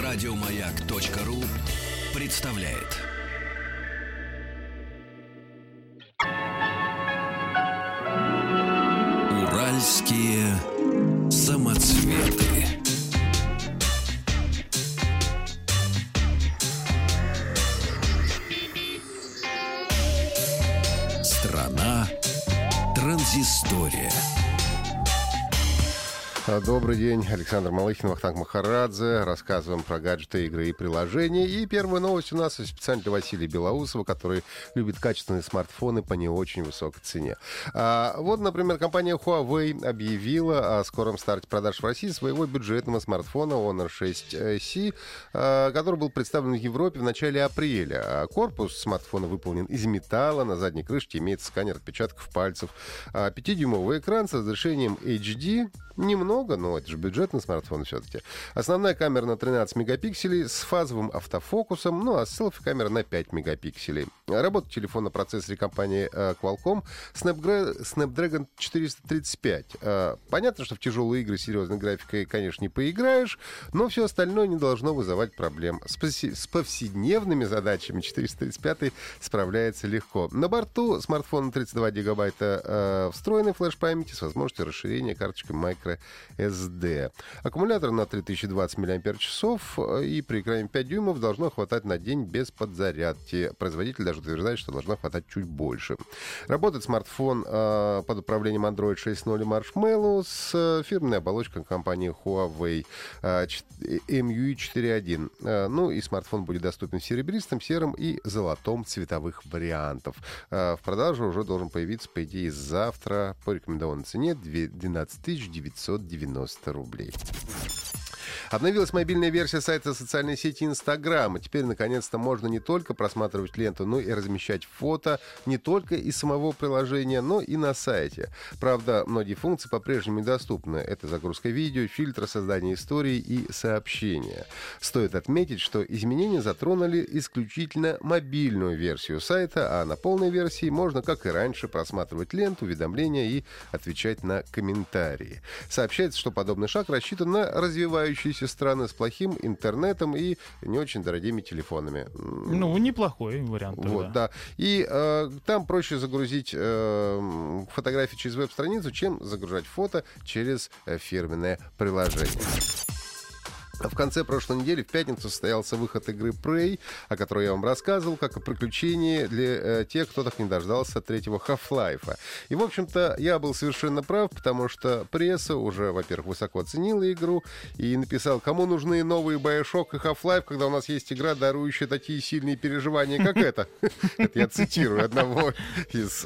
Радиомаяк.ру представляет. Уральские самоцветы. Страна транзистория. Добрый день, Александр Малыхин, Вахтанг Махарадзе. Рассказываем про гаджеты, игры и приложения. И первая новость у нас специально для Василия Белоусова, который любит качественные смартфоны по не очень высокой цене. Вот, например, компания Huawei объявила о скором старте продаж в России своего бюджетного смартфона Honor 6C, который был представлен в Европе в начале апреля. Корпус смартфона выполнен из металла, на задней крышке имеется сканер отпечатков пальцев, 5-дюймовый экран с разрешением HD. Немного, но это же бюджетный смартфон все-таки. Основная камера на 13 мегапикселей с фазовым автофокусом, ну а селфи-камера на 5 мегапикселей. Работает телефон на процессоре компании Qualcomm Snapdragon 435. Понятно, что в тяжелые игры с серьезной графикой, конечно, не поиграешь, но все остальное не должно вызывать проблем. С повседневными задачами 435 справляется легко. На борту смартфон 32 гигабайта встроенной флеш-памяти с возможностью расширения карточкой microSD. Аккумулятор на 3020 мАч, и при экране 5 дюймов должно хватать на день без подзарядки. Производитель даже утверждает, что должно хватать чуть больше. Работает смартфон под управлением Android 6.0 и Marshmallow с фирменной оболочкой компании Huawei MUI 4.1. Ну и смартфон будет доступен в серебристом, сером и золотом цветовых вариантов. В продаже уже должен появиться, по идее, завтра по рекомендованной цене 12 990 рублей. Обновилась мобильная версия сайта социальной сети Instagram. И теперь, наконец-то, можно не только просматривать ленту, но и размещать фото не только из самого приложения, но и на сайте. Правда, многие функции по-прежнему недоступны. Это загрузка видео, фильтры, создание историй и сообщения. Стоит отметить, что изменения затронули исключительно мобильную версию сайта, а на полной версии можно, как и раньше, просматривать ленту, уведомления и отвечать на комментарии. Сообщается, что подобный шаг рассчитан на развивающиеся страны с плохим интернетом и не очень дорогими телефонами. Ну, неплохой вариант. Вот, да. И там проще загрузить фотографии через веб-страницу, чем загружать фото через фирменное приложение. В конце прошлой недели, в пятницу, состоялся выход игры Prey, о которой я вам рассказывал, как о приключении для тех, кто так не дождался третьего Half-Life. И, в общем-то, я был совершенно прав, потому что пресса уже, во-первых, высоко оценила игру и написал, кому нужны новые BioShock и Half-Life, когда у нас есть игра, дарующая такие сильные переживания, как это. Это я цитирую одного из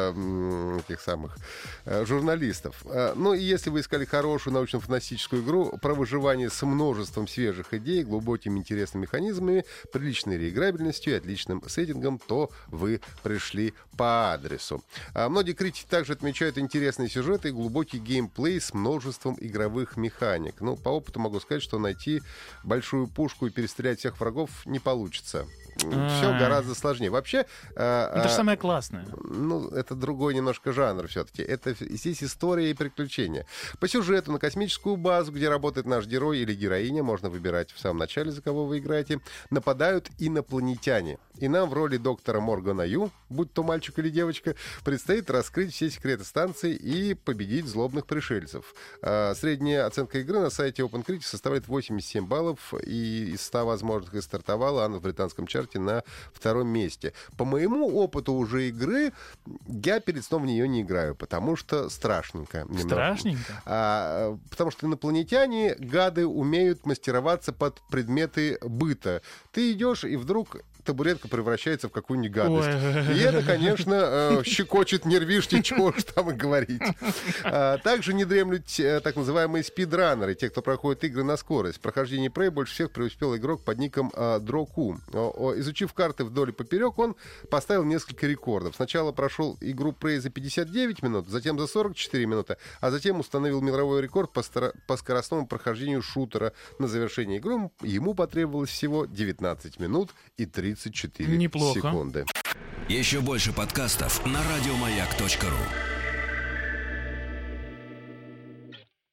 тех самых журналистов. Ну и если вы искали хорошую научно-фантастическую игру про выживание с множеством свежих идей, глубокими интересными механизмами, приличной реиграбельностью и отличным сеттингом, то вы пришли по адресу. Многие критики также отмечают интересные сюжеты и глубокий геймплей с множеством игровых механик. Ну, по опыту могу сказать, что найти большую пушку и перестрелять всех врагов не получится. Все гораздо сложнее. Вообще... Это же самое классное. Ну, это другой немножко жанр все-таки. Это здесь история и приключения. По сюжету на космическую базу, где работает наш герой или героиня, можно выбирать в самом начале, за кого вы играете, нападают инопланетяне. И нам в роли доктора Моргана Ю, будь то мальчик или девочка, предстоит раскрыть все секреты станции и победить злобных пришельцев. Средняя оценка игры на сайте OpenCritic составляет 87 баллов, и из 100 возможных и стартовала она в британском чарте на втором месте. По моему опыту уже игры, я перед сном в нее не играю, потому что страшненько. Немного. Страшненько? Потому что инопланетяне, гады, умеют мастероваться под предметы быта. Ты идешь, и вдруг табуретка превращается в какую-нибудь гадость. И это, конечно, щекочет нервишки, чего уж там и говорить. Также не дремлют так называемые спидранеры, те, кто проходит игры на скорость. В прохождении Prey больше всех преуспел игрок под ником Дроку. Изучив карты вдоль и поперек, он поставил несколько рекордов. Сначала прошел игру Prey за 59 минут, затем за 44 минуты, а затем установил мировой рекорд по скоростному прохождению шутера. На завершение игры ему потребовалось всего 19 минут и 34 секунды. Еще больше подкастов на радиомаяк.ру.